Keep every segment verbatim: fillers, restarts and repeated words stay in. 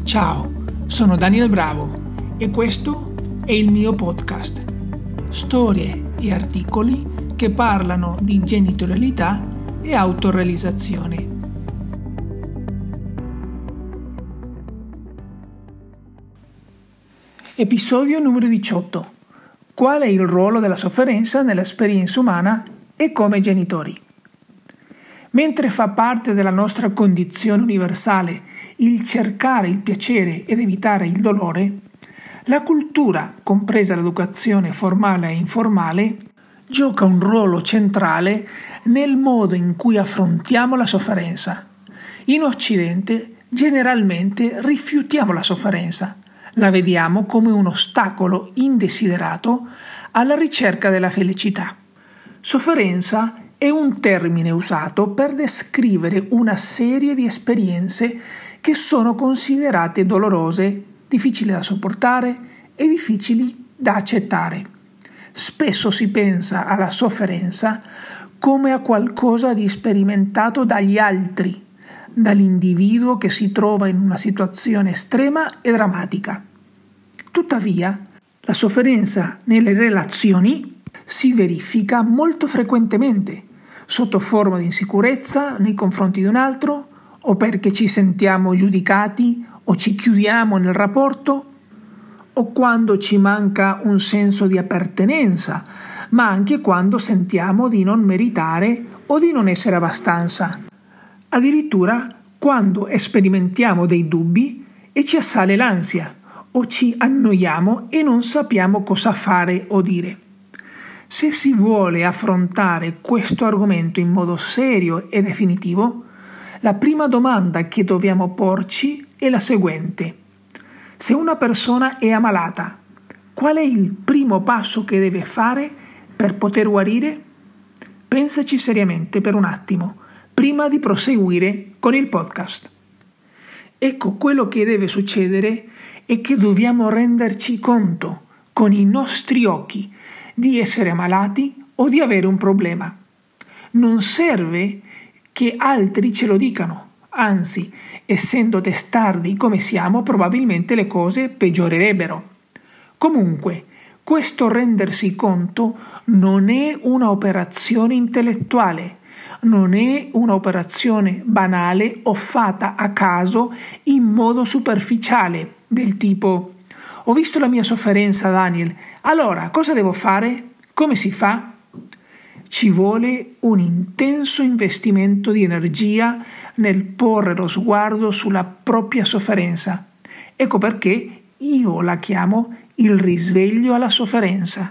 Ciao, sono Daniel Bravo e questo è il mio podcast. Storie e articoli che parlano di genitorialità e autorealizzazione. Episodio numero diciotto. Qual è il ruolo della sofferenza nell'esperienza umana e come genitori? Mentre fa parte della nostra condizione universale il cercare il piacere ed evitare il dolore, la cultura, compresa l'educazione formale e informale, gioca un ruolo centrale nel modo in cui affrontiamo la sofferenza. In Occidente generalmente rifiutiamo la sofferenza, la vediamo come un ostacolo indesiderato alla ricerca della felicità. Sofferenza è un termine usato per descrivere una serie di esperienze che sono considerate dolorose, difficili da sopportare e difficili da accettare. Spesso si pensa alla sofferenza come a qualcosa di sperimentato dagli altri, dall'individuo che si trova in una situazione estrema e drammatica. Tuttavia, la sofferenza nelle relazioni si verifica molto frequentemente, sotto forma di insicurezza nei confronti di un altro, o perché ci sentiamo giudicati o ci chiudiamo nel rapporto, o quando ci manca un senso di appartenenza, ma anche quando sentiamo di non meritare o di non essere abbastanza. Addirittura quando sperimentiamo dei dubbi e ci assale l'ansia, o ci annoiamo e non sappiamo cosa fare o dire. Se si vuole affrontare questo argomento in modo serio e definitivo, la prima domanda che dobbiamo porci è la seguente. Se una persona è ammalata, qual è il primo passo che deve fare per poter guarire? Pensaci seriamente per un attimo, prima di proseguire con il podcast. Ecco, quello che deve succedere è che dobbiamo renderci conto, con i nostri occhi, di essere ammalati o di avere un problema. Non serve che altri ce lo dicano, anzi, essendo testardi come siamo, probabilmente le cose peggiorerebbero. Comunque, questo rendersi conto non è un'operazione intellettuale, non è un'operazione banale o fatta a caso in modo superficiale, del tipo «Ho visto la mia sofferenza, Daniel, allora cosa devo fare? Come si fa?» Ci vuole un intenso investimento di energia nel porre lo sguardo sulla propria sofferenza. Ecco perché io la chiamo il risveglio alla sofferenza.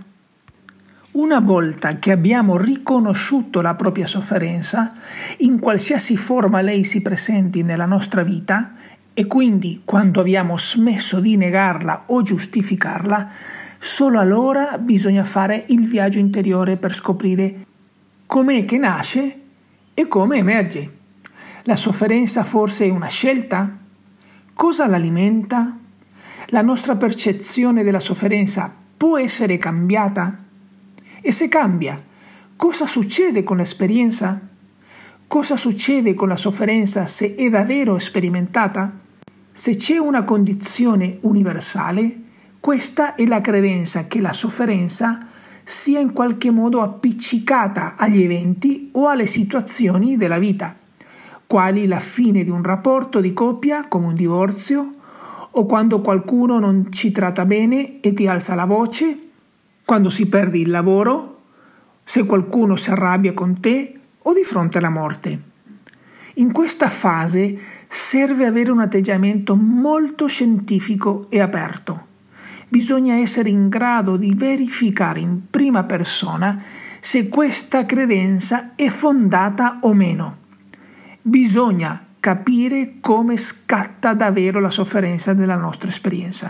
Una volta che abbiamo riconosciuto la propria sofferenza, in qualsiasi forma lei si presenti nella nostra vita, e quindi quando abbiamo smesso di negarla o giustificarla, solo allora bisogna fare il viaggio interiore per scoprire com'è che nasce e come emerge. La sofferenza forse è una scelta? Cosa l'alimenta? La nostra percezione della sofferenza può essere cambiata? E se cambia, cosa succede con l'esperienza? Cosa succede con la sofferenza se è davvero sperimentata? Se c'è una condizione universale, questa è la credenza che la sofferenza sia in qualche modo appiccicata agli eventi o alle situazioni della vita, quali la fine di un rapporto di coppia come un divorzio, o quando qualcuno non ci tratta bene e ti alza la voce, quando si perde il lavoro, se qualcuno si arrabbia con te o di fronte alla morte. In questa fase serve avere un atteggiamento molto scientifico e aperto. Bisogna essere in grado di verificare in prima persona se questa credenza è fondata o meno. Bisogna capire come scatta davvero la sofferenza della nostra esperienza.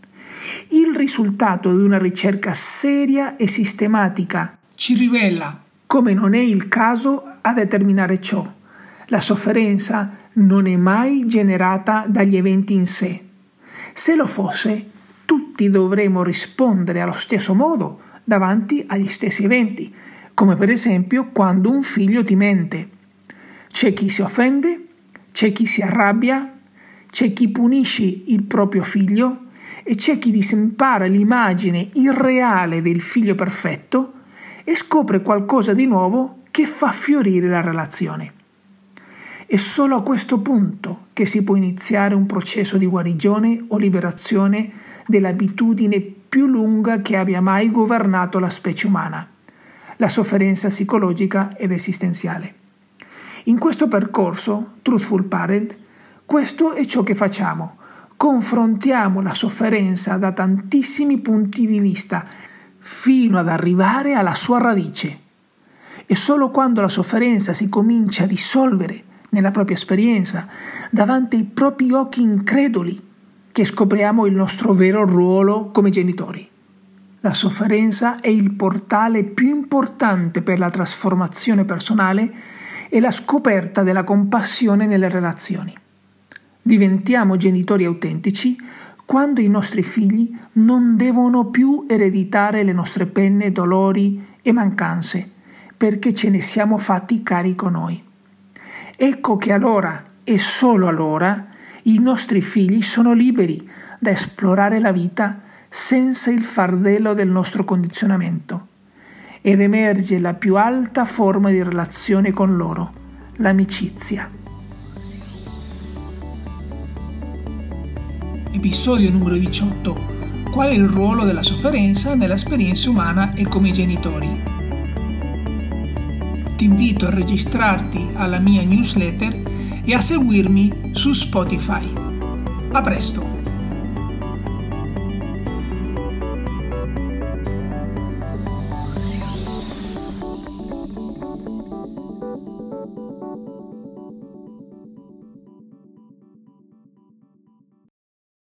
Il risultato di una ricerca seria e sistematica ci rivela come non è il caso a determinare ciò. La sofferenza non è mai generata dagli eventi in sé. Se lo fosse, tutti dovremmo rispondere allo stesso modo davanti agli stessi eventi, come per esempio quando un figlio ti mente. C'è chi si offende, c'è chi si arrabbia, c'è chi punisce il proprio figlio e c'è chi disimpara l'immagine irreale del figlio perfetto e scopre qualcosa di nuovo che fa fiorire la relazione. È solo a questo punto che si può iniziare un processo di guarigione o liberazione dell'abitudine più lunga che abbia mai governato la specie umana, la sofferenza psicologica ed esistenziale. In questo percorso, Truthful Parent, questo è ciò che facciamo. Confrontiamo la sofferenza da tantissimi punti di vista fino ad arrivare alla sua radice. E solo quando la sofferenza si comincia a dissolvere nella propria esperienza, davanti ai propri occhi increduli, che scopriamo il nostro vero ruolo come genitori. La sofferenza è il portale più importante per la trasformazione personale e la scoperta della compassione nelle relazioni. Diventiamo genitori autentici quando i nostri figli non devono più ereditare le nostre pene, dolori e mancanze, perché ce ne siamo fatti carico noi. Ecco che allora, e solo allora, i nostri figli sono liberi da esplorare la vita senza il fardello del nostro condizionamento ed emerge la più alta forma di relazione con loro, l'amicizia. Episodio numero diciotto. Qual è il ruolo della sofferenza nell'esperienza umana e come genitori? Ti invito a registrarti alla mia newsletter e a seguirmi su Spotify. A presto!